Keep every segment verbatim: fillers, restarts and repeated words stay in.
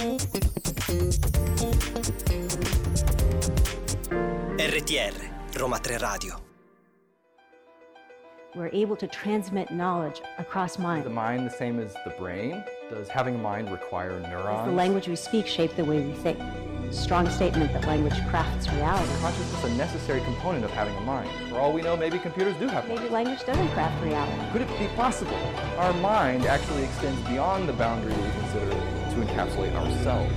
R T R, Roma tre Radio. We're able to transmit knowledge across mind. Is the mind the same as the brain? Does having a mind require neurons? Does the language we speak shape the way we think? Strong statement that language crafts reality. Consciousness is a necessary component of having a mind. For all we know, maybe computers do have Maybe minds. language doesn't craft reality. Could it be possible our mind actually extends beyond the boundary we consider to encapsulate ourselves?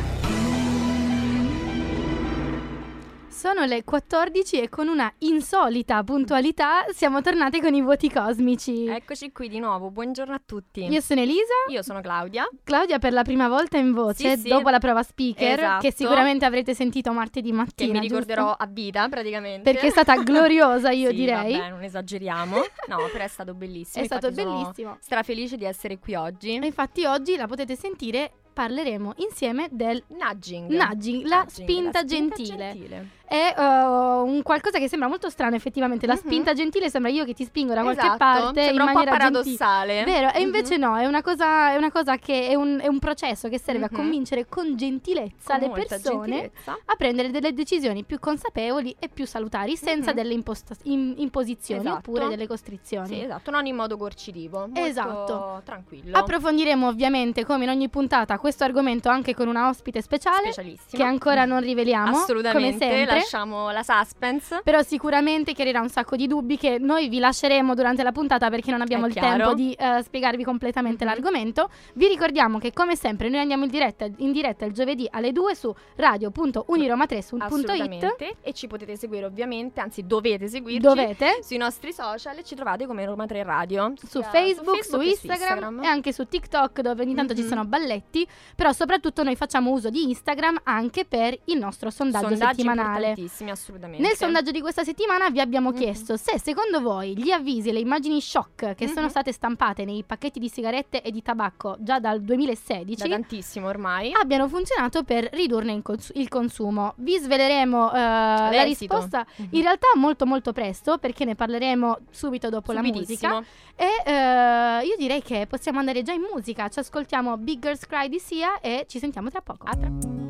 Sono le quattordici e con una insolita puntualità siamo tornate con i voti cosmici. Eccoci qui di nuovo, buongiorno a tutti. Io sono Elisa. Io sono Claudia. Claudia per la prima volta in voce, Sì, sì. dopo la prova speaker, Esatto. che sicuramente avrete sentito martedì Che mattina, mi ricorderò giusto? a vita praticamente. Perché è stata gloriosa, io Sì, direi. vabbè, non esageriamo. No, però è stato bellissimo. È stato Infatti sono bellissimo. strafelice di essere qui oggi. E infatti oggi la potete sentire, parleremo insieme del Nudging. nudging, la Nudging, spinta la spinta gentile. gentile. È uh, un qualcosa che sembra molto strano effettivamente. La Mhm. spinta gentile sembra io che ti spingo da qualche Esatto, parte sembra in un po' maniera paradossale. gentile. Vero, e invece Mhm. no, è una cosa, è una cosa che è un, è un processo che serve Mhm. a convincere con gentilezza Con le molta persone gentilezza. a prendere delle decisioni più consapevoli e più salutari, senza Mhm. delle imposta- in- imposizioni Esatto. oppure delle costrizioni. Sì, esatto, non in modo coercitivo, molto Esatto. tranquillo. Approfondiremo ovviamente, come in ogni puntata, questo argomento anche con una ospite speciale Specialissima. che ancora non riveliamo, Assolutamente, come sempre. lasciamo la suspense. Però sicuramente chiarirà un sacco di dubbi che noi vi lasceremo durante la puntata perché non abbiamo È il chiaro. tempo di eh, spiegarvi completamente Mhm. l'argomento. Vi ricordiamo che come sempre noi andiamo in diretta, in diretta il giovedì alle due su radio punto uniroma tre punto it. Assolutamente. E ci potete seguire ovviamente, anzi dovete seguirci Dovete sui nostri social e ci trovate come Roma tre Radio. su sia Facebook, su e Instagram, e anche su TikTok, dove ogni tanto ci Mhm. sono balletti. Però soprattutto noi facciamo uso di Instagram anche per il nostro sondaggio Sondaggi settimanale. importantissimi, assolutamente. Nel sondaggio di questa settimana vi abbiamo Mhm. chiesto se secondo voi gli avvisi e le immagini shock che sono Mhm. state stampate nei pacchetti di sigarette e di tabacco già dal duemilasedici da tantissimo ormai. abbiano funzionato per ridurne il, cons- il consumo. Vi sveleremo eh, la L'esito. risposta Mhm. in realtà molto molto presto, perché ne parleremo subito dopo la Subitissimo. musica. E eh, io direi che possiamo andare già in musica. Ci ascoltiamo Big Girls Cry di Sia e ci sentiamo tra poco. A tra-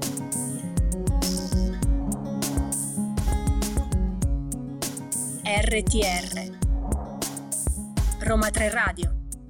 R T R Roma tre Radio.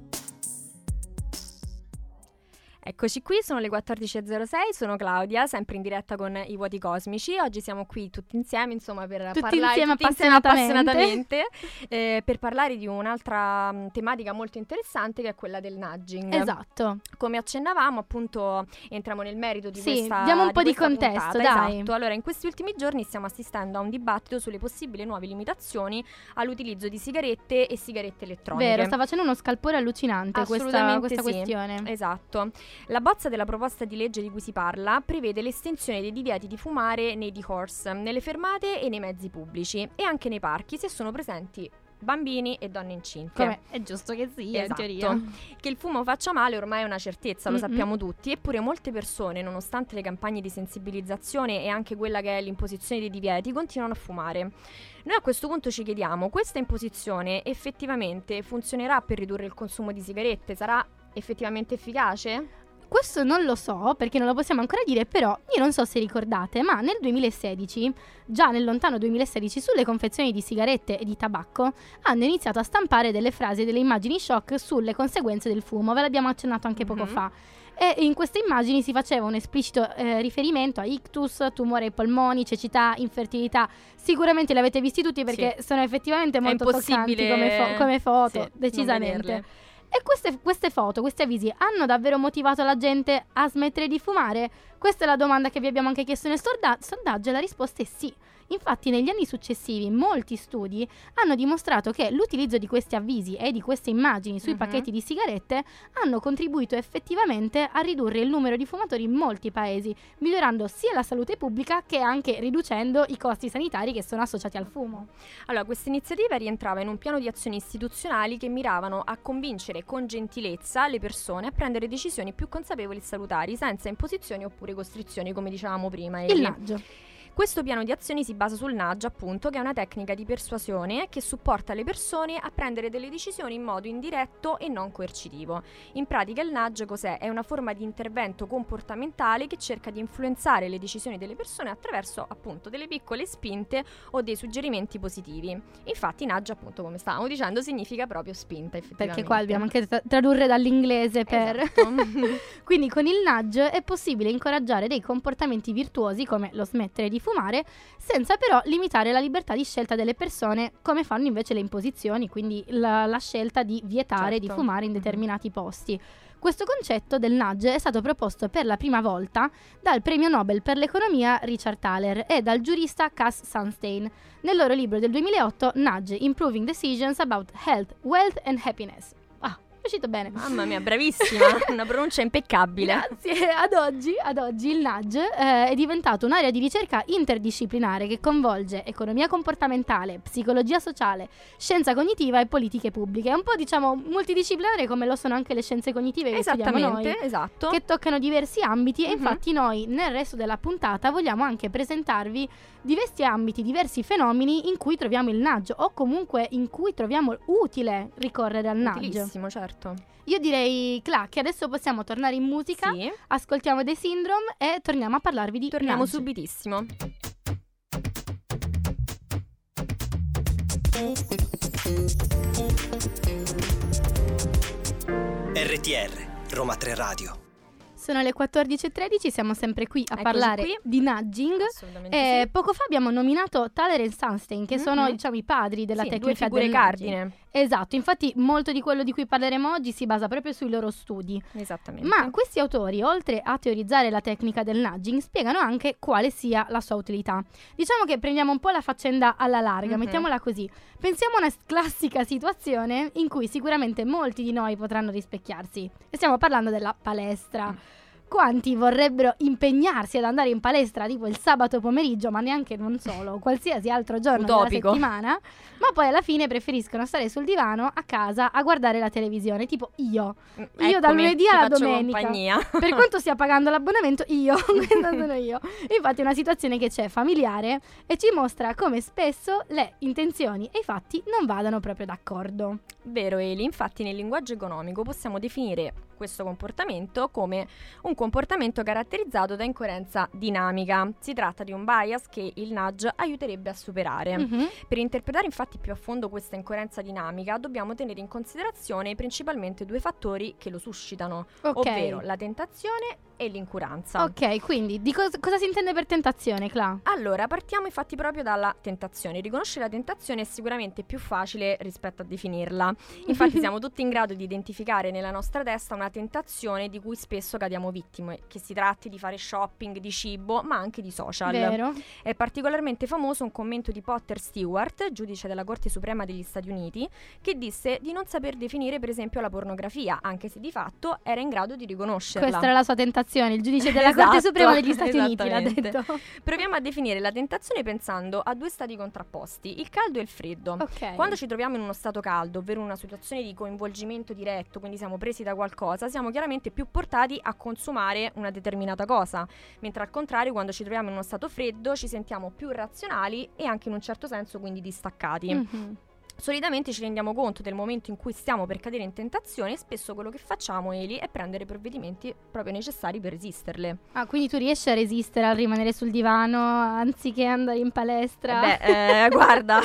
Eccoci qui, sono le quattordici e zero sei, sono Claudia, sempre in diretta con i Vuoti Cosmici. Oggi siamo qui tutti insieme, insomma, per Tutti parlare insieme tutti insieme appassionatamente. appassionatamente, eh, per parlare di un'altra mh, tematica molto interessante, che è quella del nudging. Esatto. Come accennavamo, appunto, entriamo nel merito di Sì, questa diamo un po' di questa contesto, puntata, dai. Esatto. Allora, in questi ultimi giorni stiamo assistendo a un dibattito sulle possibili nuove limitazioni all'utilizzo di sigarette e sigarette elettroniche. Vero, sta facendo uno scalpore allucinante questa, Assolutamente questa sì. questione. Esatto. La bozza della proposta di legge di cui si parla prevede l'estensione dei divieti di fumare nei D-Horse, nelle fermate e nei mezzi pubblici e anche nei parchi se sono presenti bambini e donne incinte. Come è giusto che sia, Esatto. in teoria. Che il fumo faccia male ormai è una certezza, lo Mm-mm. sappiamo tutti, eppure molte persone, nonostante le campagne di sensibilizzazione e anche quella che è l'imposizione dei divieti, continuano a fumare. Noi a questo punto ci chiediamo, questa imposizione effettivamente funzionerà per ridurre il consumo di sigarette? Sarà effettivamente efficace? Questo non lo so perché non lo possiamo ancora dire, però io non so se ricordate, ma nel duemilasedici, già nel lontano duemilasedici, sulle confezioni di sigarette e di tabacco hanno iniziato a stampare delle frasi e delle immagini shock sulle conseguenze del fumo. Ve l'abbiamo accennato anche poco Mhm. fa. E in queste immagini si faceva un esplicito eh, riferimento a ictus, tumore ai polmoni, cecità, infertilità. Sicuramente li avete visti tutti perché sono effettivamente molto toccanti impossibile, come, fo- come foto, sì, non decisamente. vederle. E queste, queste foto, questi avvisi hanno davvero motivato la gente a smettere di fumare? Questa è la domanda che vi abbiamo anche chiesto nel sorda- sondaggio e la risposta è sì. Infatti negli anni successivi molti studi hanno dimostrato che l'utilizzo di questi avvisi e di queste immagini sui Mhm. pacchetti di sigarette hanno contribuito effettivamente a ridurre il numero di fumatori in molti paesi, migliorando sia la salute pubblica che anche riducendo i costi sanitari che sono associati al fumo. Allora, questa iniziativa rientrava in un piano di azioni istituzionali che miravano a convincere con gentilezza le persone a prendere decisioni più consapevoli e salutari, senza imposizioni oppure costrizioni, come dicevamo prima. Il Eli. naggio. Questo piano di azioni si basa sul nudge, appunto, che è una tecnica di persuasione che supporta le persone a prendere delle decisioni in modo indiretto e non coercitivo. In pratica il nudge cos'è? È una forma di intervento comportamentale che cerca di influenzare le decisioni delle persone attraverso, appunto, delle piccole spinte o dei suggerimenti positivi. Infatti nudge, appunto, come stavamo dicendo, significa proprio spinta, effettivamente. Perché qua dobbiamo anche tra- tradurre dall'inglese per... Esatto. Quindi con il nudge è possibile incoraggiare dei comportamenti virtuosi come lo smettere di fumare, senza però limitare la libertà di scelta delle persone, come fanno invece le imposizioni, quindi la, la scelta di vietare Certo. di fumare in determinati posti. Questo concetto del nudge è stato proposto per la prima volta dal premio Nobel per l'economia Richard Thaler e dal giurista Cass Sunstein nel loro libro del duemilaotto Nudge: Improving Decisions About Health, Wealth and Happiness. Ah, è uscito bene. Mamma mia, bravissima, una pronuncia impeccabile. Grazie. Ad oggi, ad oggi il nudge eh, è diventato un'area di ricerca interdisciplinare che coinvolge economia comportamentale, psicologia sociale, scienza cognitiva e politiche pubbliche. È un po', diciamo, multidisciplinare come lo sono anche le scienze cognitive che studiamo noi, Esattamente, esatto. che toccano diversi ambiti e Mhm. infatti noi nel resto della puntata vogliamo anche presentarvi diversi ambiti, diversi fenomeni in cui troviamo il nudge o comunque in cui troviamo utile ricorrere al nudge. Utilissimo, certo. Io direi, Cla, che adesso possiamo tornare in musica, Sì, ascoltiamo dei Syndrome e torniamo a parlarvi di torniamo nudge. subitissimo. R T R, Roma tre Radio. Sono le quattordici e tredici, siamo sempre qui a Eccoci parlare qui. di nudging. Assolutamente E sì. poco fa abbiamo nominato Thaler e Sunstein, che sono, Mhm. diciamo, i padri della Sì, due tecnica figure del cardine. nudging. Esatto, infatti molto di quello di cui parleremo oggi si basa proprio sui loro studi. Esattamente. Ma questi autori, oltre a teorizzare la tecnica del nudging, spiegano anche quale sia la sua utilità. Diciamo che prendiamo un po' la faccenda alla larga, Mhm. mettiamola così. Pensiamo a una s- classica situazione in cui sicuramente molti di noi potranno rispecchiarsi. E stiamo parlando della palestra. Mm. Quanti vorrebbero impegnarsi ad andare in palestra tipo il sabato pomeriggio, ma neanche non solo, qualsiasi altro giorno Utopico. della settimana, ma poi alla fine preferiscono stare sul divano a casa a guardare la televisione, tipo io. Io dal Eccomi, lunedì ti alla faccio domenica. compagnia. Per quanto stia pagando l'abbonamento, io, questa sono io. Infatti è una situazione che c'è familiare e ci mostra come spesso le intenzioni e i fatti non vadano proprio d'accordo. Vero, Eli, infatti nel linguaggio economico possiamo definire questo comportamento come un comportamento caratterizzato da incoerenza dinamica. Si tratta di un bias che il nudge aiuterebbe a superare. Mhm. Per interpretare infatti più a fondo questa incoerenza dinamica dobbiamo tenere in considerazione principalmente due fattori che lo suscitano, Ok. ovvero la tentazione e l'incuranza. Ok, quindi di cos- cosa si intende per tentazione, Cla? Allora, partiamo infatti proprio dalla tentazione. Riconoscere la tentazione è sicuramente più facile rispetto a definirla. Infatti siamo tutti in grado di identificare nella nostra testa una tentazione di cui spesso cadiamo vittime, che si tratti di fare shopping, di cibo, ma anche di social. Vero? È particolarmente famoso un commento di Potter Stewart, giudice della Corte Suprema degli Stati Uniti, che disse di non saper definire per esempio la pornografia, anche se di fatto era in grado di riconoscerla. Questa era la sua tentazione, il giudice della Esatto, Corte Suprema degli Stati Uniti l'ha esattamente. detto. Proviamo a definire la tentazione pensando a due stati contrapposti, il caldo e il freddo. Ok. Quando ci troviamo in uno stato caldo, ovvero una situazione di coinvolgimento diretto, quindi siamo presi da qualcosa, siamo chiaramente più portati a consumare una determinata cosa, mentre al contrario quando ci troviamo in uno stato freddo ci sentiamo più razionali e anche in un certo senso quindi distaccati. Mhm. Solitamente ci rendiamo conto del momento in cui stiamo per cadere in tentazione e spesso quello che facciamo, Eli, è prendere provvedimenti proprio necessari per resisterle. Ah, quindi tu riesci a resistere al rimanere sul divano anziché andare in palestra? Beh, eh, guarda,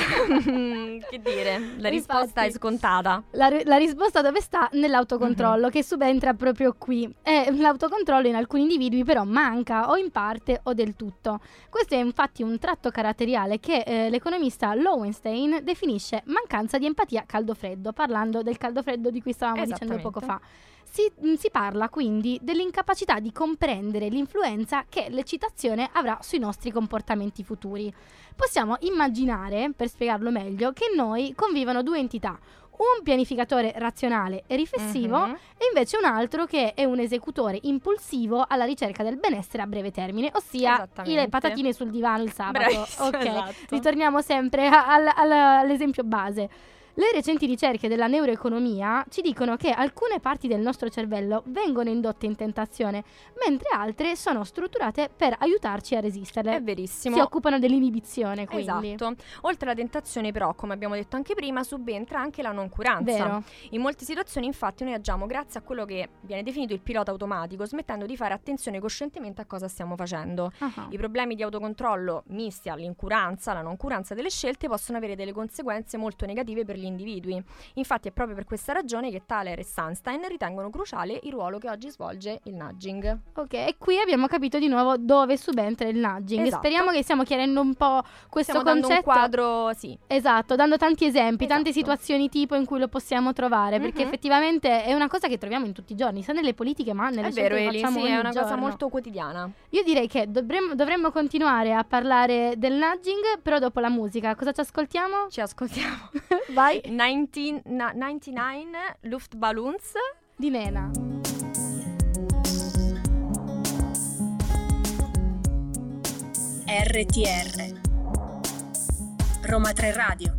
che dire, la risposta Infatti. è scontata. La, ri- la risposta dove sta? Nell'autocontrollo, Mhm. che subentra proprio qui. E l'autocontrollo in alcuni individui però manca o in parte o del tutto. Questo è infatti un tratto caratteriale che eh, l'economista Lowenstein definisce mancanza di empatia caldo-freddo, parlando del caldo-freddo di cui stavamo dicendo poco fa. Si, mh, si parla quindi dell'incapacità di comprendere l'influenza che l'eccitazione avrà sui nostri comportamenti futuri. Possiamo immaginare, per spiegarlo meglio, che in noi convivano due entità, un pianificatore razionale e riflessivo Mhm. e invece un altro che è un esecutore impulsivo alla ricerca del benessere a breve termine, ossia Esattamente. le patatine sul divano il sabato. Bravissima, Ok, esatto. ritorniamo sempre a- al- al- all'esempio base. Le recenti ricerche della neuroeconomia ci dicono che alcune parti del nostro cervello vengono indotte in tentazione, mentre altre sono strutturate per aiutarci a resistere. È verissimo. Si occupano dell'inibizione, quindi. Esatto. Oltre alla tentazione, però, come abbiamo detto anche prima, subentra anche la noncuranza. Vero. In molte situazioni, infatti, noi agiamo grazie a quello che viene definito il pilota automatico, smettendo di fare attenzione coscientemente a cosa stiamo facendo. Uh-huh. I problemi di autocontrollo misti all'incuranza, alla noncuranza delle scelte, possono avere delle conseguenze molto negative per gli individui. Infatti è proprio per questa ragione che Thaler e Sunstein ritengono cruciale il ruolo che oggi svolge il nudging. Ok, e qui abbiamo capito di nuovo dove subentra il nudging. Esatto. Speriamo che stiamo chiarendo un po' questo Stiamo concetto. dando un quadro, sì. Esatto, dando tanti esempi, Esatto. tante situazioni tipo in cui lo possiamo trovare, perché Mhm. effettivamente è una cosa che troviamo in tutti i giorni, sia nelle politiche ma nelle È scelte vero, che Eli, facciamo sì, ogni è una cosa giorno. molto quotidiana. Io direi che dovremmo, dovremmo continuare a parlare del nudging, però dopo la musica. Cosa ci ascoltiamo? Ci ascoltiamo. Vai. nineteen, na- novantanove Luftballons. Di Nena. R T R Roma tre Radio.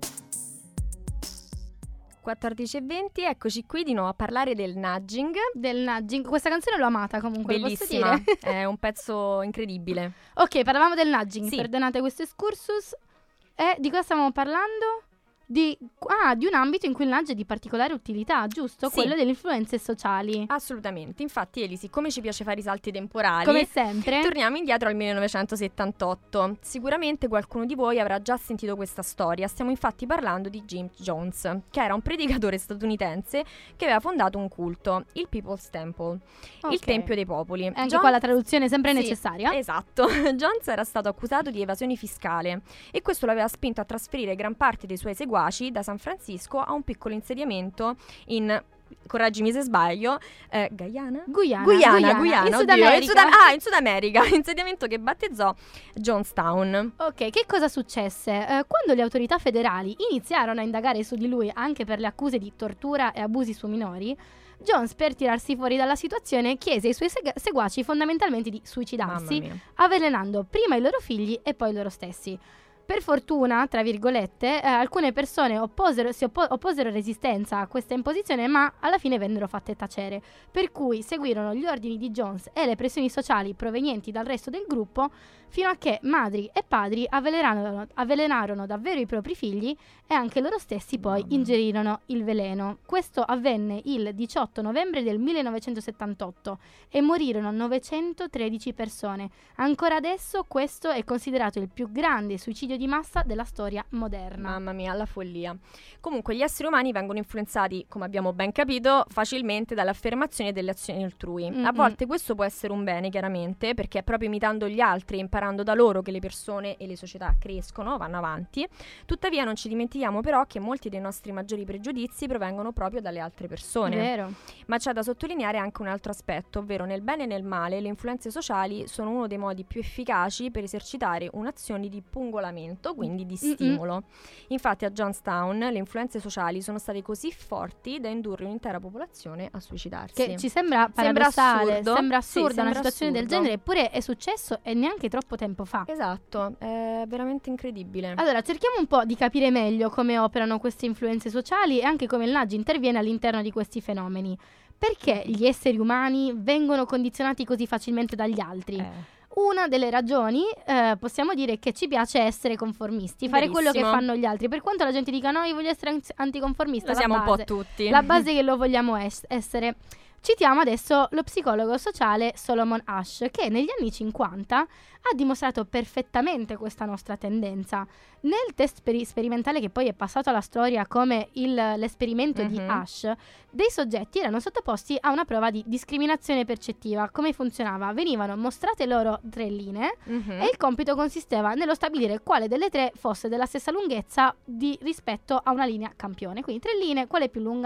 quattordici e venti, eccoci qui di nuovo a parlare del nudging. Del nudging. Questa canzone l'ho amata comunque, lo posso Bellissima, dire. è un pezzo incredibile. Ok, parlavamo del nudging, Sì. perdonate questo excursus. E di cosa stavamo parlando? Di, ah, di un ambito in cui il nudge è di particolare utilità, giusto? Sì. Quello delle influenze sociali. Assolutamente, infatti Eli, siccome ci piace fare i salti temporali, Come sempre. torniamo indietro al millenovecentosettantotto. Sicuramente qualcuno di voi avrà già sentito questa storia. Stiamo infatti parlando di Jim Jones, che era un predicatore statunitense che aveva fondato un culto, il People's Temple, Ok. il Tempio dei Popoli. E anche Jones- qua la traduzione è sempre Sì, necessaria. Esatto. Jones era stato accusato di evasione fiscale e questo lo aveva spinto a trasferire gran parte dei suoi seguaci da San Francisco a un piccolo insediamento in, correggimi se sbaglio, eh, Guyana? Guyana, Guyana, Guyana, Guyana, in oddio, Sud in America. Sud- ah, in Sud America, insediamento che battezzò Jonestown. Ok, che cosa successe? Eh, quando le autorità federali iniziarono a indagare su di lui anche per le accuse di tortura e abusi su minori, Jones, per tirarsi fuori dalla situazione, chiese ai suoi seg- seguaci fondamentalmente di Mamma suicidarsi, mia. avvelenando prima i loro figli e poi loro stessi. Per fortuna, tra virgolette, eh, alcune persone opposero, si oppo- opposero resistenza a questa imposizione, ma alla fine vennero fatte tacere. Per cui seguirono gli ordini di Jones e le pressioni sociali provenienti dal resto del gruppo, fino a che madri e padri avvelenarono, avvelenarono davvero i propri figli e anche loro stessi poi ingerirono il veleno. Questo avvenne il diciotto novembre del millenovecentosettantotto e morirono novecentotredici persone. Ancora adesso questo è considerato il più grande suicidio di massa della storia moderna. Mamma mia, la follia. Comunque gli esseri umani vengono influenzati, come abbiamo ben capito, facilmente dalle affermazioni e delle azioni altrui. Mm-mm. A volte questo può essere un bene, chiaramente, perché è proprio imitando gli altri e imparando da loro che le persone e le società crescono, vanno avanti. Tuttavia non ci dimentichiamo però che molti dei nostri maggiori pregiudizi provengono proprio dalle altre persone. Vero. Ma c'è da sottolineare anche un altro aspetto, ovvero nel bene e nel male le influenze sociali sono uno dei modi più efficaci per esercitare un'azione di pungolamento, quindi di Mm-mm. stimolo. Infatti a Jonestown le influenze sociali sono state così forti da indurre un'intera popolazione a suicidarsi. Che ci sembra Sembra paradossale, assurdo. sembra Sì, assurda una sembra situazione del assurdo. genere, eppure è successo e neanche troppo tempo fa. Esatto, è veramente incredibile. Allora, cerchiamo un po' di capire meglio come operano queste influenze sociali e anche come il nudge interviene all'interno di questi fenomeni. Perché gli esseri umani vengono condizionati così facilmente dagli altri? Eh. Una delle ragioni, eh, possiamo dire, che ci piace essere conformisti, fare quello che Verissimo. fanno gli altri. Per quanto la gente dica no, io voglio essere anzi- anticonformista, Lo la siamo un po' base- tutti. la base che lo vogliamo es- essere. Citiamo adesso lo psicologo sociale Solomon Asch, che negli anni cinquanta ha dimostrato perfettamente questa nostra tendenza. Nel test peri- sperimentale che poi è passato alla storia come il- l'esperimento di Mhm. Asch, dei soggetti erano sottoposti a una prova di discriminazione percettiva. Come funzionava? Venivano mostrate loro tre linee Mhm. e il compito consisteva nello stabilire quale delle tre fosse della stessa lunghezza di rispetto a una linea campione. Quindi tre linee, quale è più lunga?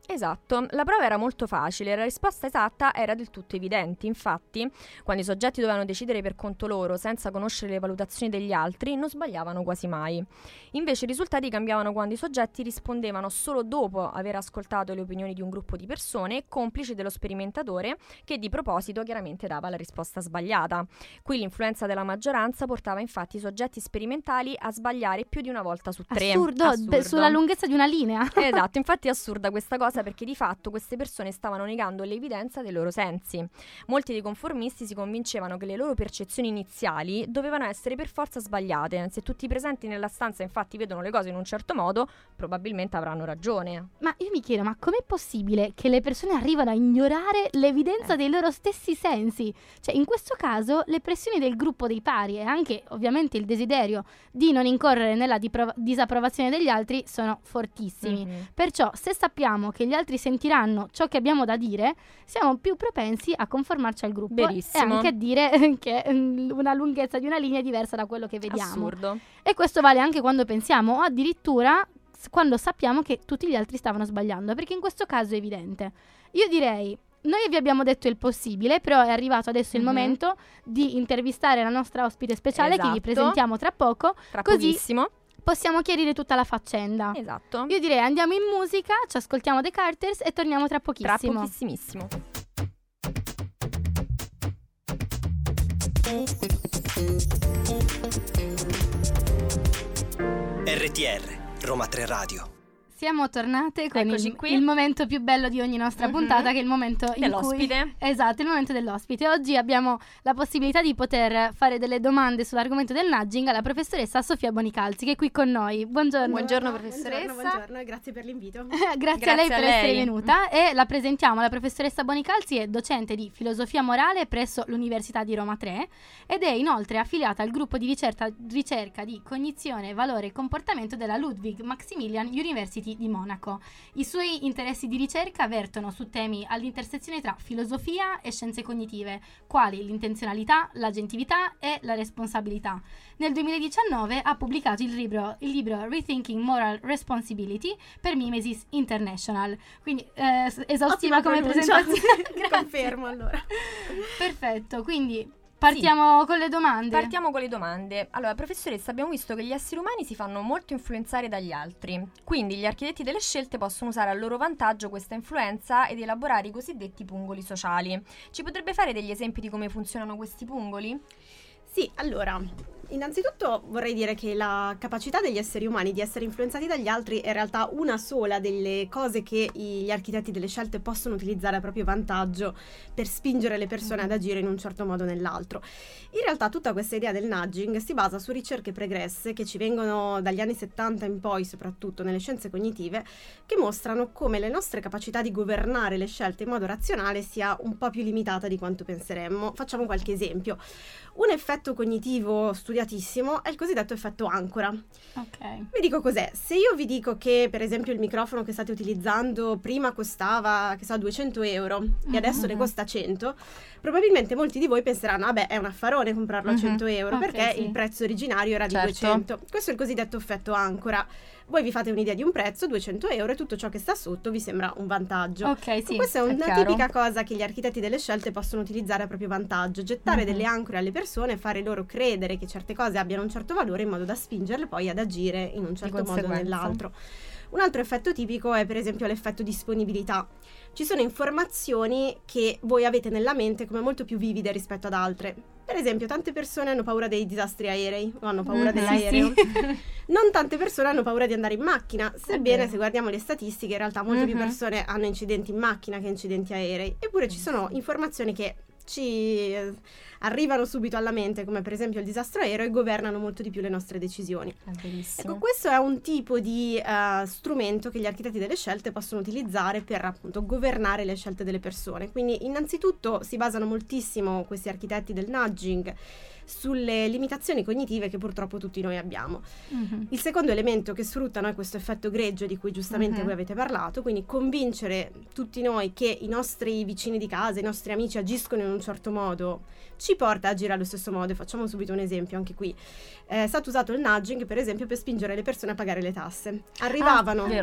Esatto, la prova era molto facile, la risposta esatta era del tutto evidente. Infatti, quando i soggetti dovevano decidere per conto loro senza conoscere le valutazioni degli altri, non sbagliavano quasi mai. Invece i risultati cambiavano quando i soggetti rispondevano solo dopo aver ascoltato le opinioni di un gruppo di persone, complici dello sperimentatore, che di proposito chiaramente dava la risposta sbagliata. Qui l'influenza della maggioranza portava infatti i soggetti sperimentali a sbagliare più di una volta su tre. Assurdo, Assurdo. Beh, sulla lunghezza di una linea. Esatto, infatti è assurda questa cosa perché di fatto queste persone stavano negando l'evidenza dei loro sensi. Molti dei conformisti si convincevano che le loro percezioni iniziali dovevano essere per forza sbagliate. Se tutti i presenti nella stanza infatti vedono le cose in un certo modo, probabilmente avranno ragione. Ma io mi chiedo, ma com'è possibile che le persone arrivano a ignorare l'evidenza Eh. dei loro stessi sensi? Cioè, in questo caso, le pressioni del gruppo dei pari e anche, ovviamente, il desiderio di non incorrere nella dipro- disapprovazione degli altri sono fortissimi. Mm-hmm. Perciò, se sappiamo che gli altri sentiranno ciò che abbiamo da dire, siamo più propensi a conformarci al gruppo. Verissimo. E anche a dire che mm, una lunghezza di una linea è diversa da quello che vediamo. Assurdo. E questo vale anche quando pensiamo o addirittura s- quando sappiamo che tutti gli altri stavano sbagliando, perché in questo caso è evidente. Io direi, noi vi abbiamo detto il possibile, però è arrivato adesso il Mhm. momento di intervistare la nostra ospite speciale, che vi Esatto. presentiamo tra poco, Tra così pochissimo. possiamo chiarire tutta la faccenda. Esatto. Io direi andiamo in musica, ci ascoltiamo The Carters e torniamo tra Tra pochissimo. pochissimissimo. R T R, Roma tre Radio. Siamo tornate con Eccoci il, qui. il momento più bello di ogni nostra Mhm. puntata, che è il momento in Dell'ospite. cui... Esatto, il momento dell'ospite. Oggi abbiamo la possibilità di poter fare delle domande sull'argomento del nudging alla professoressa Sofia Bonicalzi, che è qui con noi. Buongiorno. Buongiorno, professoressa. Buongiorno, buongiorno e grazie per l'invito. Grazie, Grazie a lei a per lei. essere venuta e la presentiamo. La professoressa Bonicalzi è docente di filosofia morale presso l'Università di Roma tre ed è inoltre affiliata al gruppo di ricerca, ricerca di cognizione, valore e comportamento della Ludwig Maximilian University di Monaco. I suoi interessi di ricerca vertono su temi all'intersezione tra filosofia e scienze cognitive, quali l'intenzionalità, l'agentività e la responsabilità. Nel duemiladiciannove ha pubblicato il libro, il libro Rethinking Moral Responsibility per Mimesis International. Quindi eh, s- esaustiva Ottima come pronuncia. presentazione. Grazie. Confermo allora. Perfetto, quindi partiamo con le domande. Partiamo con le domande. Allora, professoressa, abbiamo visto che gli esseri umani si fanno molto influenzare dagli altri. Quindi gli architetti delle scelte possono usare a loro vantaggio questa influenza ed elaborare i cosiddetti pungoli sociali. Ci potrebbe fare degli esempi di come funzionano questi pungoli? Sì, allora, innanzitutto vorrei dire che la capacità degli esseri umani di essere influenzati dagli altri è in realtà una sola delle cose che i- gli architetti delle scelte possono utilizzare a proprio vantaggio per spingere le persone ad agire in un certo modo o nell'altro. In realtà tutta questa idea del nudging si basa su ricerche pregresse che ci vengono dagli anni settanta in poi, soprattutto nelle scienze cognitive, che mostrano come le nostre capacità di governare le scelte in modo razionale sia un po' più limitata di quanto penseremmo. Facciamo qualche esempio. Un effetto cognitivo studiatissimo è il cosiddetto effetto ancora. Ok. Vi dico cos'è. Se io vi dico che per esempio il microfono che state utilizzando prima costava, che so, duecento euro e adesso ne costa cento, probabilmente molti di voi penseranno, vabbè, è un affarone comprarlo a Mhm. cento euro Ok, perché sì. il prezzo originario era di Certo. duecento. Questo è il cosiddetto effetto ancora. Voi vi fate un'idea di un prezzo, duecento euro, e tutto ciò che sta sotto vi sembra un vantaggio. Ok, sì. Questa è è una chiaro. tipica cosa che gli architetti delle scelte possono utilizzare a proprio vantaggio, gettare Mhm. delle ancore alle persone, fare loro credere che certe cose abbiano un certo valore in modo da spingerle poi ad agire in un certo modo o conseguenza. nell'altro. Un altro effetto tipico è per esempio l'effetto disponibilità. Ci sono informazioni che voi avete nella mente come molto più vivide rispetto ad altre. Per esempio, tante persone hanno paura dei disastri aerei o hanno paura Mhm, dell'aereo. sì. Non tante persone hanno paura di andare in macchina, sebbene vero. se guardiamo le statistiche in realtà molte più Mhm. persone hanno incidenti in macchina che incidenti aerei. Eppure ci sono informazioni che ci eh, arrivano subito alla mente, come per esempio il disastro aereo, e governano molto di più le nostre decisioni. È bellissimo. Ecco, questo è un tipo di eh, strumento che gli architetti delle scelte possono utilizzare per appunto governare le scelte delle persone. Quindi innanzitutto si basano moltissimo questi architetti del nudging sulle limitazioni cognitive che purtroppo tutti noi abbiamo. Mhm. Il secondo elemento che sfruttano è questo effetto greggio di cui giustamente Mhm. voi avete parlato, quindi convincere tutti noi che i nostri vicini di casa, i nostri amici agiscono in un certo modo, ci porta a agire allo stesso modo. E facciamo subito un esempio anche qui. Eh, è stato usato il nudging per esempio per spingere le persone a pagare le tasse. Arrivavano... vero? Ah.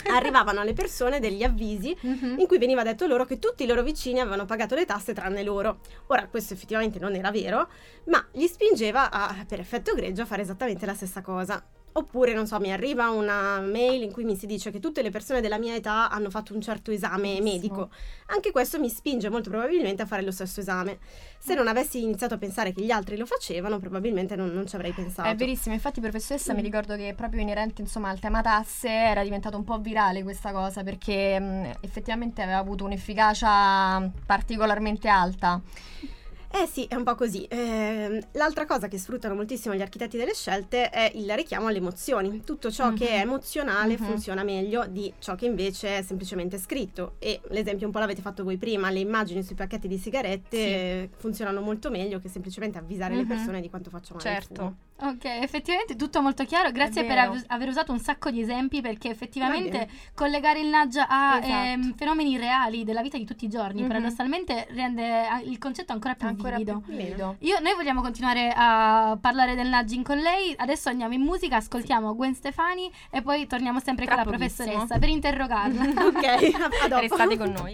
arrivavano alle persone degli avvisi Mhm. in cui veniva detto loro che tutti i loro vicini avevano pagato le tasse tranne loro. Ora, questo effettivamente non era vero, ma li spingeva a, per effetto greggio, a fare esattamente la stessa cosa. Oppure, non so, mi arriva una mail in cui mi si dice che tutte le persone della mia età hanno fatto un certo esame Benissimo. medico. Anche questo mi spinge molto probabilmente a fare lo stesso esame. Se non avessi iniziato a pensare che gli altri lo facevano, probabilmente non, non ci avrei pensato. È verissimo, infatti professoressa Mm. mi ricordo che proprio inerente insomma al tema tasse era diventato un po' virale questa cosa perché mh, effettivamente aveva avuto un'efficacia particolarmente alta. Eh sì, è un po' così. Ehm, l'altra cosa che sfruttano moltissimo gli architetti delle scelte è il richiamo alle emozioni. Tutto ciò Mhm. che è emozionale Mhm. funziona meglio di ciò che invece è semplicemente scritto. E l'esempio un po' l'avete fatto voi prima, le immagini sui pacchetti di sigarette Sì. eh, funzionano molto meglio che semplicemente avvisare le Mhm. persone di quanto faccia male il Certo. fumo. Ok, effettivamente tutto molto chiaro. Grazie È per vero. av- aver usato un sacco di esempi, perché Va effettivamente bene. collegare il nudge a Esatto. ehm, fenomeni reali della vita di tutti i giorni Mhm. paradossalmente rende ah, il concetto ancora più Ancora vivido. più vivido. Io, noi vogliamo continuare a parlare del nudging con lei. Adesso andiamo in musica, ascoltiamo Gwen Stefani e poi torniamo sempre Tra con la pochissimo. professoressa per interrogarla. Ok, a, a dopo. Restate con noi.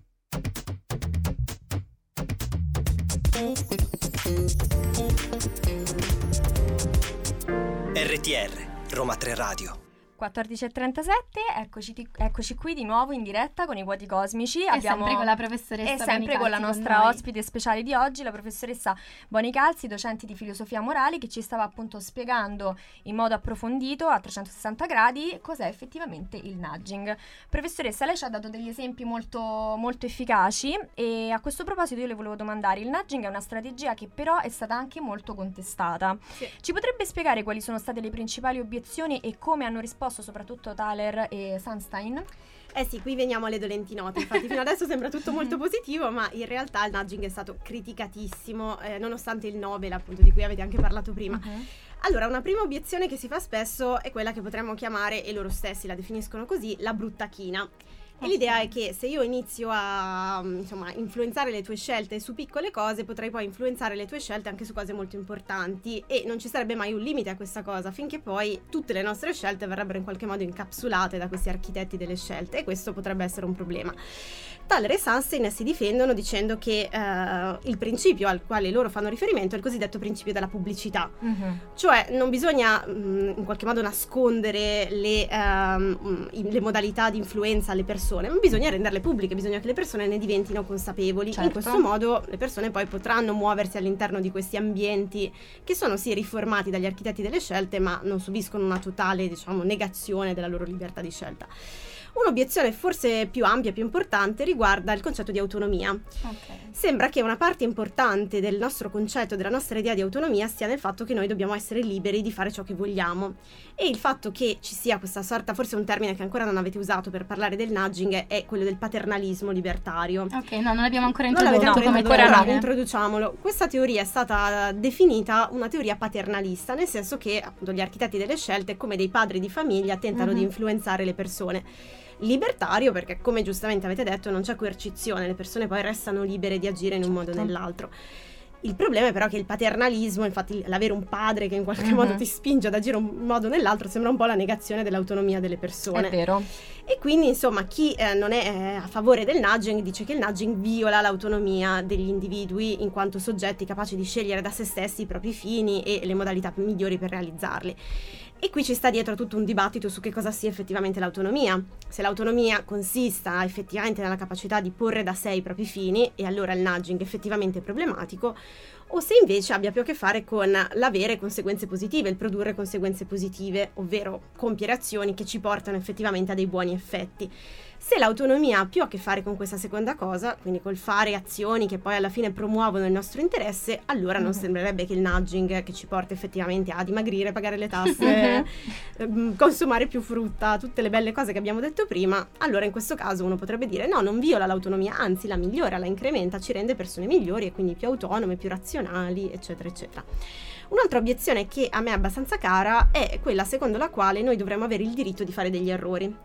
R T R, Roma tre Radio. quattordici e trentasette, eccoci, ti- eccoci qui di nuovo in diretta con i vuoti cosmici. E sempre con la professoressa E sempre con la Bonicalzi nostra noi. ospite speciale di oggi, la professoressa Bonicalzi, docente di filosofia morale, che ci stava appunto spiegando in modo approfondito a trecentosessanta gradi cos'è effettivamente il nudging. Professoressa, lei ci ha dato degli esempi molto, molto efficaci e a questo proposito io le volevo domandare: il nudging è una strategia che però è stata anche molto contestata. Sì. Ci potrebbe spiegare quali sono state le principali obiezioni e come hanno risposto soprattutto Thaler e Sunstein? Eh sì, qui veniamo alle dolenti note. Infatti fino adesso sembra tutto molto positivo, ma in realtà il nudging è stato criticatissimo, eh, nonostante il Nobel, appunto, di cui avete anche parlato prima. Mhm. Allora, una prima obiezione che si fa spesso è quella che potremmo chiamare, e loro stessi la definiscono così, la brutta china. E l'idea è che se io inizio a insomma influenzare le tue scelte su piccole cose, potrei poi influenzare le tue scelte anche su cose molto importanti, e non ci sarebbe mai un limite a questa cosa, finché poi tutte le nostre scelte verrebbero in qualche modo incapsulate da questi architetti delle scelte, e questo potrebbe essere un problema. Thaler e Sunstein si difendono dicendo che eh, il principio al quale loro fanno riferimento è il cosiddetto principio della pubblicità. Mhm. Cioè non bisogna mh, in qualche modo nascondere le, ehm, i- le modalità di influenza alle persone, ma bisogna renderle pubbliche, bisogna che le persone ne diventino consapevoli. Certo. In questo modo le persone poi potranno muoversi all'interno di questi ambienti che sono sì riformati dagli architetti delle scelte, ma non subiscono una totale, diciamo, negazione della loro libertà di scelta. Un'obiezione forse più ampia e più importante riguarda il concetto di autonomia. Ok. Sembra che una parte importante del nostro concetto, della nostra idea di autonomia, stia nel fatto che noi dobbiamo essere liberi di fare ciò che vogliamo. E il fatto che ci sia questa sorta, forse un termine che ancora non avete usato per parlare del nudging, è quello del paternalismo libertario. Ok, no, non l'abbiamo ancora Non l'avete introdotto ancora come introdotto, termine. allora, introduciamolo. Questa teoria è stata definita una teoria paternalista, nel senso che appunto gli architetti delle scelte, come dei padri di famiglia, tentano Mhm. di influenzare le persone. Libertario perché, come giustamente avete detto, non c'è coercizione, le persone poi restano libere di agire in un modo o Certo. nell'altro. Il problema è però che il paternalismo, infatti l'avere un padre che in qualche Mhm. modo ti spinge ad agire in un modo o nell'altro, sembra un po' la negazione dell'autonomia delle persone. È vero. E quindi, insomma, chi eh, non è eh, a favore del nudging dice che il nudging viola l'autonomia degli individui in quanto soggetti capaci di scegliere da se stessi i propri fini e le modalità migliori per realizzarli. E qui ci sta dietro tutto un dibattito su che cosa sia effettivamente l'autonomia. Se l'autonomia consista effettivamente nella capacità di porre da sé i propri fini, e allora il nudging effettivamente è problematico, o se invece abbia più a che fare con l'avere conseguenze positive, il produrre conseguenze positive, ovvero compiere azioni che ci portano effettivamente a dei buoni effetti. Se l'autonomia ha più a che fare con questa seconda cosa, quindi col fare azioni che poi alla fine promuovono il nostro interesse, allora non Mhm. sembrerebbe che il nudging, che ci porta effettivamente a dimagrire, pagare le tasse, ehm, consumare più frutta, tutte le belle cose che abbiamo detto prima, allora in questo caso uno potrebbe dire no, non viola l'autonomia, anzi la migliora, la incrementa, ci rende persone migliori e quindi più autonome, più razionali, eccetera, eccetera. Un'altra obiezione che a me è abbastanza cara è quella secondo la quale noi dovremmo avere il diritto di fare degli errori.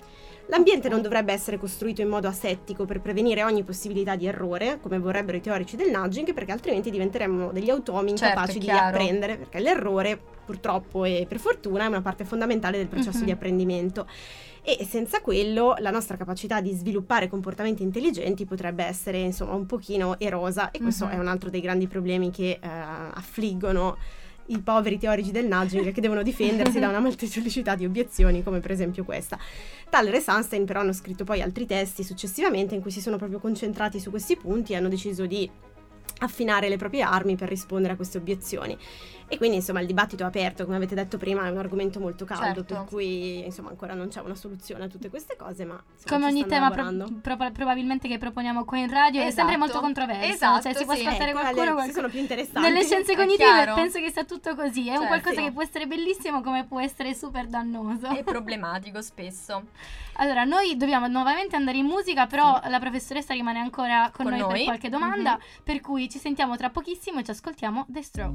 L'ambiente non dovrebbe essere costruito in modo asettico per prevenire ogni possibilità di errore, come vorrebbero i teorici del nudging, perché altrimenti diventeremmo degli automi incapaci certo, di apprendere, perché l'errore, purtroppo e per fortuna, è una parte fondamentale del processo mm-hmm. di apprendimento. E senza quello la nostra capacità di sviluppare comportamenti intelligenti potrebbe essere, insomma, un pochino erosa, e questo mm-hmm. è un altro dei grandi problemi che eh, affliggono i poveri teorici del nudging, che devono difendersi da una molteplicità di obiezioni, come per esempio questa. Thaler e Sunstein però hanno scritto poi altri testi successivamente in cui si sono proprio concentrati su questi punti e hanno deciso di affinare le proprie armi per rispondere a queste obiezioni. E quindi insomma il dibattito è aperto, come avete detto prima, è un argomento molto caldo, certo. per cui insomma ancora non c'è una soluzione a tutte queste cose, ma insomma, come ogni tema pro- pro- probabilmente che proponiamo qua in radio esatto. è sempre molto controverso, esatto, cioè si può sì. ascoltare ecco, qualcuno, le, qualcuno. sono più interessanti. Nelle scienze È cognitive chiaro. penso che sia tutto così, è certo. un qualcosa che può essere bellissimo come può essere super dannoso. È problematico spesso. Allora, noi dobbiamo nuovamente andare in musica, però sì. la professoressa rimane ancora con, con noi, noi per qualche domanda, mm-hmm. per cui ci sentiamo tra pochissimo e ci ascoltiamo The Straw.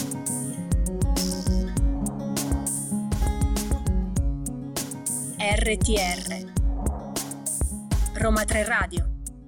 R T R Roma tre Radio.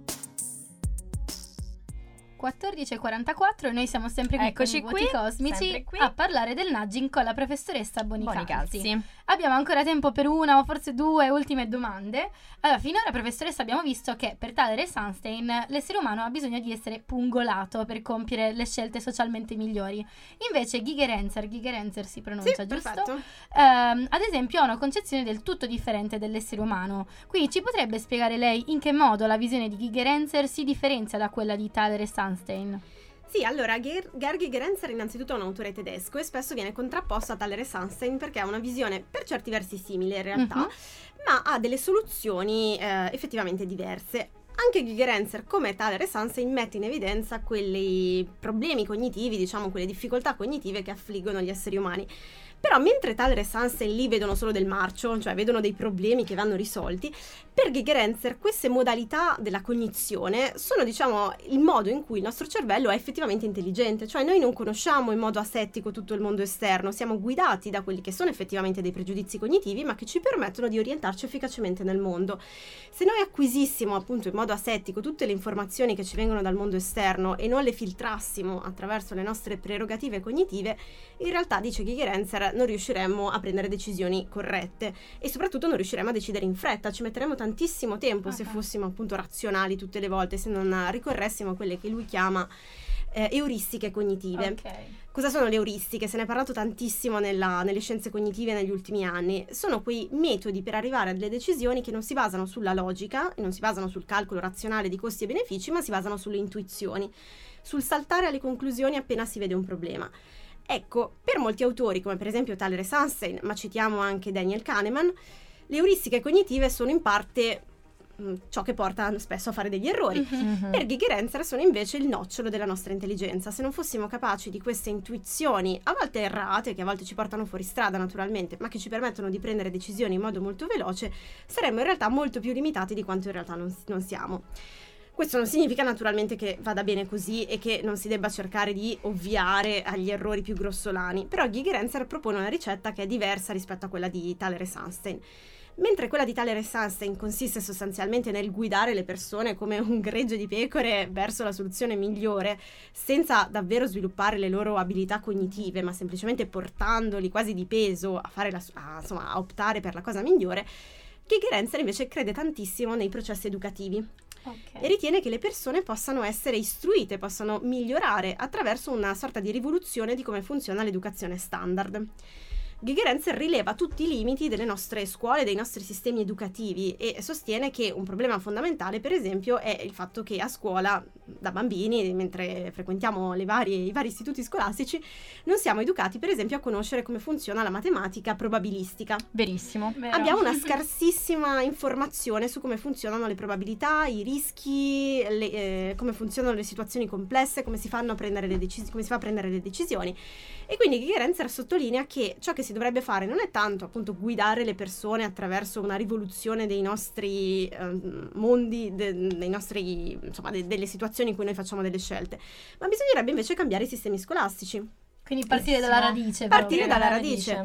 quattordici e quarantaquattro e noi siamo sempre qui Eccoci con i qui, Vuoti Cosmici qui. a parlare del nudging con la professoressa Bonicalzi. Bonicalzi. Abbiamo ancora tempo per una o forse due ultime domande. Allora, finora, professoressa, abbiamo visto che per Thaler e Sunstein l'essere umano ha bisogno di essere pungolato per compiere le scelte socialmente migliori. Invece Gigerenzer, Gigerenzer si pronuncia, sì, giusto? Perfetto. Ehm, ad esempio ha una concezione del tutto differente dell'essere umano. Quindi ci potrebbe spiegare lei in che modo la visione di Gigerenzer si differenzia da quella di Thaler e Sunstein? Sì, allora, Ger- Gerd Gigerenzer innanzitutto è un autore tedesco e spesso viene contrapposto a Thaler e Sunstein perché ha una visione per certi versi simile in realtà, mm-hmm. ma ha delle soluzioni eh, effettivamente diverse. Anche Gigerenzer, come Thaler e Sunstein, mette in evidenza quei problemi cognitivi, diciamo quelle difficoltà cognitive che affliggono gli esseri umani. Però mentre Thaler e Sunstein lì vedono solo del marcio, cioè vedono dei problemi che vanno risolti, per Gigerenzer queste modalità della cognizione sono, diciamo, il modo in cui il nostro cervello è effettivamente intelligente. Cioè noi non conosciamo in modo asettico tutto il mondo esterno, siamo guidati da quelli che sono effettivamente dei pregiudizi cognitivi, ma che ci permettono di orientarci efficacemente nel mondo. Se noi acquisissimo appunto in modo asettico tutte le informazioni che ci vengono dal mondo esterno e non le filtrassimo attraverso le nostre prerogative cognitive, in realtà, dice Gigerenzer, non riusciremmo a prendere decisioni corrette e soprattutto non riusciremo a decidere in fretta, ci metteremo tantissimo tempo okay. se fossimo appunto razionali tutte le volte, se non ricorressimo a quelle che lui chiama eh, euristiche cognitive. Okay. Cosa sono le euristiche? Se ne è parlato tantissimo nella, nelle scienze cognitive negli ultimi anni. Sono quei metodi per arrivare a delle decisioni che non si basano sulla logica, non si basano sul calcolo razionale di costi e benefici, ma si basano sulle intuizioni, sul saltare alle conclusioni appena si vede un problema. Ecco, per molti autori, come per esempio Thaler e Sunstein, ma citiamo anche Daniel Kahneman, le euristiche cognitive sono in parte mh, ciò che porta spesso a fare degli errori. Mm-hmm. Per Gigerenzer sono invece il nocciolo della nostra intelligenza. Se non fossimo capaci di queste intuizioni, a volte errate, che a volte ci portano fuori strada naturalmente, ma che ci permettono di prendere decisioni in modo molto veloce, saremmo in realtà molto più limitati di quanto in realtà non, non siamo. Questo non significa naturalmente che vada bene così e che non si debba cercare di ovviare agli errori più grossolani, però Gigerenzer propone una ricetta che è diversa rispetto a quella di Thaler e Sunstein. Mentre quella di Thaler e Sunstein consiste sostanzialmente nel guidare le persone come un gregge di pecore verso la soluzione migliore, senza davvero sviluppare le loro abilità cognitive, ma semplicemente portandoli quasi di peso a, fare la, a, insomma, a optare per la cosa migliore, Gigerenzer invece crede tantissimo nei processi educativi. Okay. E ritiene che le persone possano essere istruite, possano migliorare attraverso una sorta di rivoluzione di come funziona l'educazione standard. Gigerenzer rileva tutti i limiti delle nostre scuole, dei nostri sistemi educativi e sostiene che un problema fondamentale, per esempio, è il fatto che a scuola, da bambini, mentre frequentiamo le varie, i vari istituti scolastici, non siamo educati, per esempio, a conoscere come funziona la matematica probabilistica. Verissimo. Vero. Abbiamo una scarsissima informazione su come funzionano le probabilità, i rischi, le, eh, come funzionano le situazioni complesse, come si fanno a prendere le decisioni, come si fa a prendere le decisioni. E quindi Gigerenzer sottolinea che ciò che si dovrebbe fare non è tanto appunto guidare le persone attraverso una rivoluzione dei nostri eh, mondi, de, dei nostri, insomma, de, delle situazioni in cui noi facciamo delle scelte, ma bisognerebbe invece cambiare i sistemi scolastici. Quindi partire Bellissimo. dalla radice. Partire proprio. dalla radice.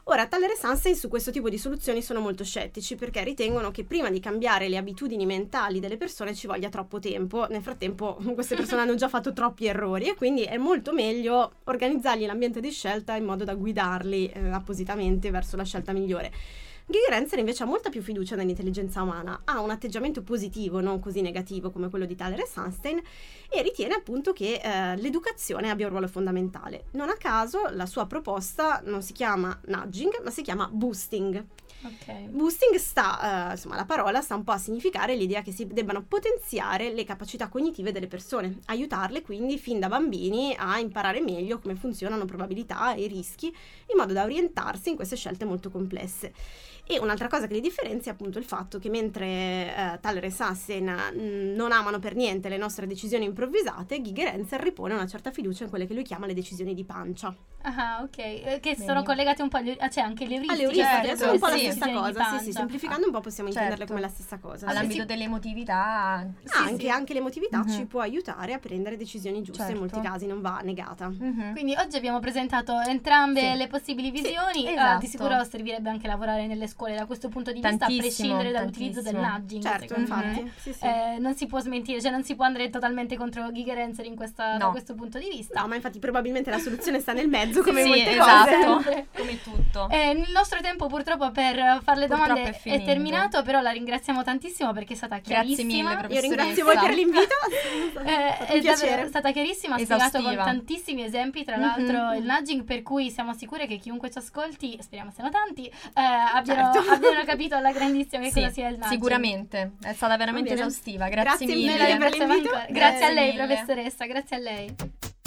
Ora, Thaler e Sunstein su questo tipo di soluzioni sono molto scettici, perché ritengono che prima di cambiare le abitudini mentali delle persone ci voglia troppo tempo. Nel frattempo queste persone hanno già fatto troppi errori e quindi è molto meglio organizzargli l'ambiente di scelta in modo da guidarli eh, appositamente verso la scelta migliore. Gigerenzer invece ha molta più fiducia nell'intelligenza umana, ha un atteggiamento positivo, non così negativo come quello di Thaler e Sunstein, e ritiene appunto che eh, l'educazione abbia un ruolo fondamentale. Non a caso la sua proposta non si chiama nudging, ma si chiama boosting. Okay. Boosting sta, uh, insomma, la parola sta un po' a significare l'idea che si debbano potenziare le capacità cognitive delle persone, aiutarle quindi fin da bambini a imparare meglio come funzionano probabilità e rischi, in modo da orientarsi in queste scelte molto complesse. E un'altra cosa che li differenzia è appunto il fatto che mentre eh, Thaler e Sunstein mh, non amano per niente le nostre decisioni improvvisate, Gigerenzer ripone una certa fiducia in quelle che lui chiama le decisioni di pancia. Ah, ok, eh, che Bene. sono collegate un po' agli, ah, cioè anche le euristiche. Alle euristiche, certo, sono un po' la sì. stessa Decisioni di cosa, sì, sì, pancia. semplificando un po' possiamo Certo. intenderle come la stessa cosa. All'ambito Sì, sì. dell'emotività. Ah, anche, anche l'emotività Mhm. ci può aiutare a prendere decisioni giuste, in Certo. molti casi non va negata. Mhm. Quindi oggi abbiamo presentato entrambe Sì. le possibili visioni. Sì, Eh, esatto. di sicuro servirebbe anche lavorare nelle scuole da questo punto di vista, a Tantissimo, prescindere dall'utilizzo del tantissimo. nudging. Certo, secondo infatti, me. sì, sì. Eh, non si può smentire, cioè non si può andare totalmente contro Gigerenzer in questa, da No. questo punto di vista. No, ma infatti probabilmente la soluzione sta nel mezzo, come Sì, molte esatto. cose. Come tutto. Eh, il nostro tempo purtroppo per fare le Purtroppo domande è è, finito. terminato, però la ringraziamo tantissimo perché è stata Grazie chiarissima. mille, Io ringrazio voi per l'invito. Eh, è è un piacere. davvero stata chiarissima, ha spiegato con Esaustiva. tantissimi esempi, tra l'altro Mhm. il nudging, per cui siamo sicure che chiunque ci ascolti, speriamo siano tanti, eh, abbiano, Certo. abbiano capito alla grandissima che Sì, cosa sia il nudging. sicuramente. È stata veramente Va bene. esaustiva. Grazie, Grazie mille. Noi la mille per ringraziamo l'invito. ancora. Grazie, Grazie a lei, mille. professoressa, grazie a lei.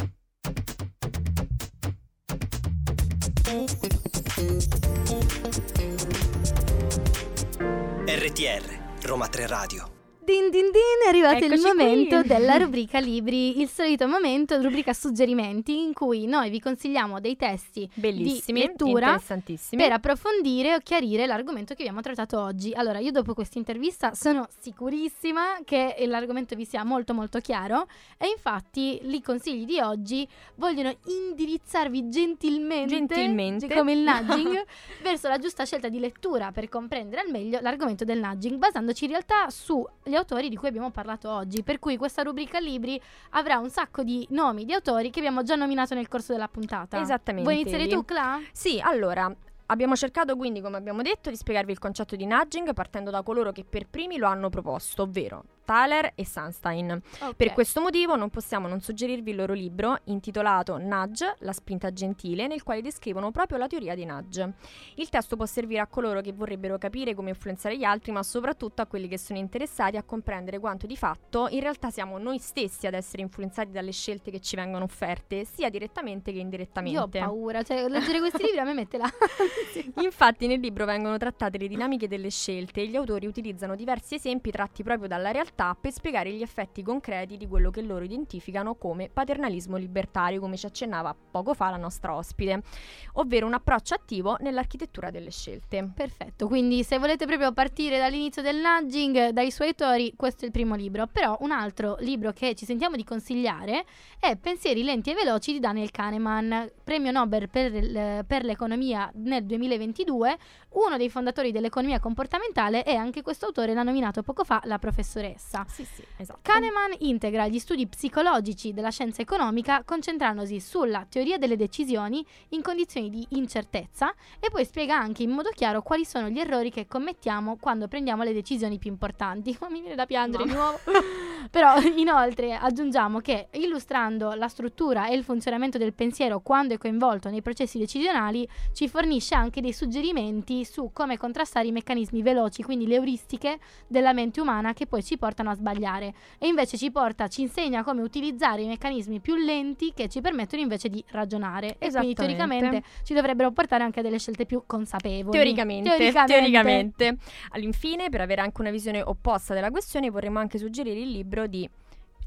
R T R, Roma tre Radio. Din din din, è arrivato il Eccoci momento qui. della rubrica libri, il solito momento, rubrica suggerimenti, in cui noi vi consigliamo dei testi Bellissimi, di lettura interessantissimi. per approfondire o chiarire l'argomento che abbiamo trattato oggi. Allora, io dopo questa intervista sono sicurissima che l'argomento vi sia molto molto chiaro, e infatti i consigli di oggi vogliono indirizzarvi gentilmente, Gentilmente. come il nudging, verso la giusta scelta di lettura per comprendere al meglio l'argomento del nudging, basandoci in realtà sugli autori di cui abbiamo parlato oggi. Per cui questa rubrica libri avrà un sacco di nomi di autori che abbiamo già nominato nel corso della puntata. Esattamente. Vuoi iniziare Eli. tu, Cla? Sì, allora, abbiamo cercato quindi, come abbiamo detto, di spiegarvi il concetto di nudging partendo da coloro che per primi lo hanno proposto, ovvero Thaler e Sunstein. Ok. Per questo motivo non possiamo non suggerirvi il loro libro intitolato Nudge, la spinta gentile, nel quale descrivono proprio la teoria dei nudge. Il testo può servire a coloro che vorrebbero capire come influenzare gli altri, ma soprattutto a quelli che sono interessati a comprendere quanto di fatto in realtà siamo noi stessi ad essere influenzati dalle scelte che ci vengono offerte, sia direttamente che indirettamente. Io ho paura, cioè leggere questi libri a me mette la... Infatti nel libro vengono trattate le dinamiche delle scelte e gli autori utilizzano diversi esempi tratti proprio dalla realtà per spiegare gli effetti concreti di quello che loro identificano come paternalismo libertario, come ci accennava poco fa la nostra ospite, ovvero un approccio attivo nell'architettura delle scelte. Perfetto, quindi se volete proprio partire dall'inizio del nudging, dai suoi autori, questo è il primo libro. Però un altro libro che ci sentiamo di consigliare è Pensieri lenti e veloci di Daniel Kahneman, premio Nobel per, l- per l'economia nel duemilaventidue, uno dei fondatori dell'economia comportamentale, e anche questo autore l'ha nominato poco fa la professoressa. Sì, sì, esatto. Kahneman integra gli studi psicologici della scienza economica concentrandosi sulla teoria delle decisioni in condizioni di incertezza, e poi spiega anche in modo chiaro quali sono gli errori che commettiamo quando prendiamo le decisioni più importanti. Ma mi viene da piangere di nuovo. Però inoltre aggiungiamo che illustrando la struttura e il funzionamento del pensiero quando è coinvolto nei processi decisionali ci fornisce anche dei suggerimenti su come contrastare i meccanismi veloci, quindi le euristiche della mente umana che poi ci portano a sbagliare, e invece ci porta, ci insegna come utilizzare i meccanismi più lenti che ci permettono invece di ragionare, e quindi Esattamente. teoricamente ci dovrebbero portare anche a delle scelte più consapevoli. Teoricamente, Teoricamente. teoricamente. All'infine, per avere anche una visione opposta della questione, vorremmo anche suggerire il libro di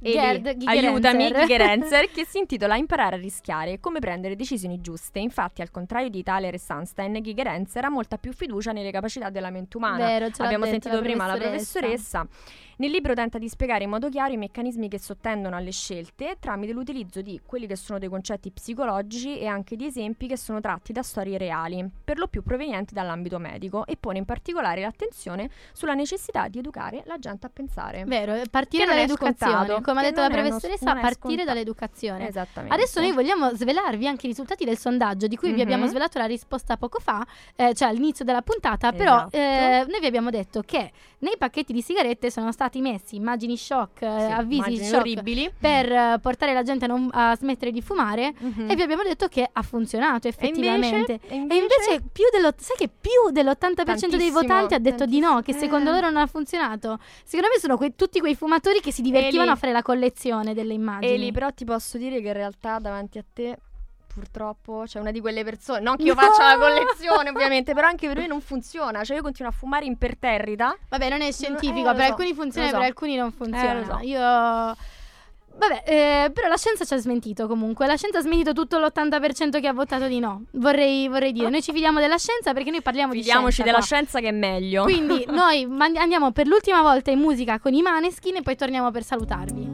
Eli, Gerd Gigerenzer. aiutami, Gigerenzer, che si intitola Imparare a rischiare, come prendere decisioni giuste. Infatti, al contrario di Thaler e Sunstein, Gigerenzer ha molta più fiducia nelle capacità della mente umana. Vero, ce l'ha Abbiamo detto sentito la prima la professoressa. professoressa. Nel libro tenta di spiegare in modo chiaro i meccanismi che sottendono alle scelte tramite l'utilizzo di quelli che sono dei concetti psicologici e anche di esempi che sono tratti da storie reali, per lo più provenienti dall'ambito medico, e pone in particolare l'attenzione sulla necessità di educare la gente a pensare. Vero, partire Che non è dall'educazione, scontato, come ha che detto la non è uno- professoressa, non è partire scontato. dall'educazione. Esattamente. Adesso noi vogliamo svelarvi anche i risultati del sondaggio di cui vi Mhm. abbiamo svelato la risposta poco fa, eh, cioè all'inizio della puntata, però Esatto. eh, noi vi abbiamo detto che nei pacchetti di sigarette sono stati messi immagini shock, eh, Sì, avvisi immagini shock orribili. per eh, portare la gente a, non- a smettere di fumare Mhm. e vi abbiamo detto che ha funzionato E effettivamente. invece, e E invece, invece più dello, sai che più dell'ottanta per cento dei Tantissimo, votanti ha detto di no, che tantissimo. secondo Eh. loro non ha funzionato. Secondo me sono quei- tutti quei fumatori che si divertivano Eli. a fare la collezione delle immagini. Eli, però ti posso dire che in realtà davanti a te purtroppo c'è una di quelle persone, non che io No! faccia la collezione ovviamente, però anche per me non funziona, cioè io continuo a fumare imperterrita. Vabbè, non è scientifico, eh, lo per so, alcuni funziona, lo so. per alcuni non funziona. Eh, lo so. Io Vabbè, eh, però la scienza ci ha smentito comunque. La scienza ha smentito tutto l'ottanta per cento che ha votato di no. Vorrei, vorrei dire, noi ci fidiamo della scienza perché noi parliamo Fidiamoci di scienza della qua. scienza che è meglio. Quindi noi mand- andiamo per l'ultima volta in musica con i Maneskin e poi torniamo per salutarvi.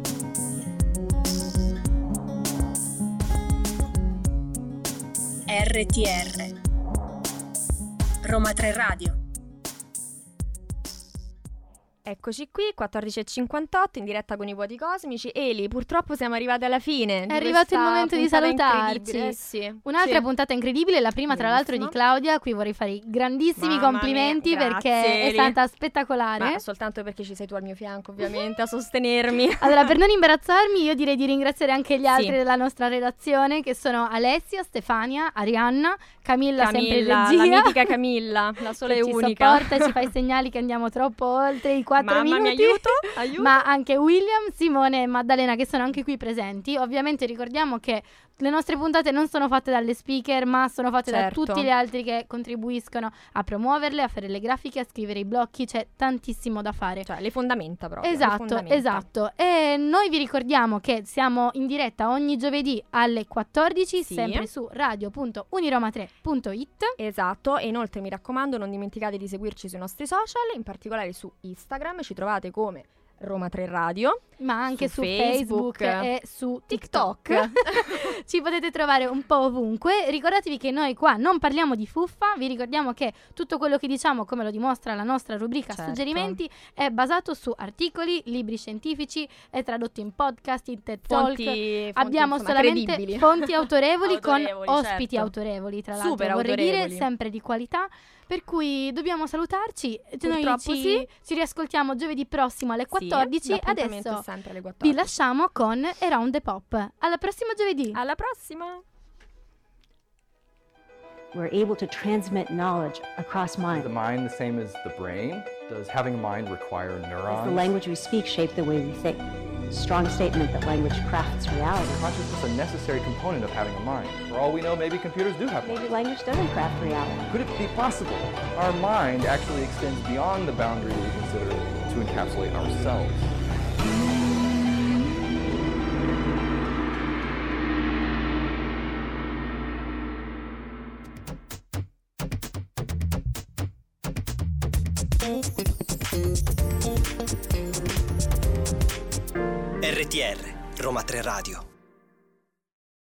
R T R Roma tre Radio. Eccoci qui, quattordici e cinquantotto in diretta con i Vuoti Cosmici. Eli, purtroppo siamo arrivati alla fine. È arrivato il momento di salutarci. Eh sì. Un'altra sì. puntata incredibile, la prima tra l'altro è di Bellissima. Claudia, a cui vorrei fare i grandissimi Mamma complimenti mia, perché grazie, è Eli. stata spettacolare. Ma soltanto perché ci sei tu al mio fianco, ovviamente, a sostenermi. Allora, per non imbarazzarmi, io direi di ringraziare anche gli altri Sì. della nostra redazione, che sono Alessia, Stefania, Arianna, Camilla, sempre in Camilla, regia, la mitica Camilla, la sola che e ci unica. sopporta e ci fa i segnali che andiamo troppo oltre i quattro Mamma, minuti. mi aiuto, aiuto. Ma anche William, Simone e Maddalena, che sono anche qui presenti. Ovviamente ricordiamo che le nostre puntate non sono fatte dalle speaker, ma sono fatte Certo. da tutti gli altri che contribuiscono a promuoverle, a fare le grafiche, a scrivere i blocchi. C'è tantissimo da fare. Cioè, le fondamenta proprio. le Esatto, fondamenta. esatto. E noi vi ricordiamo che siamo in diretta ogni giovedì alle quattordici, Sì. sempre su radio punto uniroma tre punto it. Esatto, e inoltre mi raccomando non dimenticate di seguirci sui nostri social, in particolare su Instagram, ci trovate come Roma tre Radio, Ma anche su su, Facebook, Facebook e su TikTok. TikTok. Ci potete trovare un po' ovunque. Ricordatevi che noi qua non parliamo di fuffa. Vi ricordiamo che tutto quello che diciamo, come lo dimostra la nostra rubrica Certo. suggerimenti, è basato su articoli, libri scientifici, è tradotto in podcast, in TED Talk. fonti, fonti Abbiamo insomma, solamente credibili. fonti autorevoli, Autorevoli, con ospiti certo. autorevoli, tra l'altro. Super Vorrei autorevoli. dire sempre di qualità. Per cui dobbiamo salutarci. Noi Purtroppo ci, sì. ci riascoltiamo giovedì prossimo alle quattordici. Sì, l'appuntamento Adesso è sempre alle vi quattordici. lasciamo con Around the Pop. Alla prossima giovedì. Alla prossima! We're able to transmit knowledge across Is the mind. mind the same as the brain? Does having a mind require Does neurons? the language we speak shape the way we think? Strong statement that language crafts reality. Consciousness a necessary component of having a mind. For all we know, maybe computers do have one. Maybe language doesn't craft reality. Could it be possible? Our mind actually extends beyond the boundary we consider to encapsulate ourselves. R T R Roma tre Radio.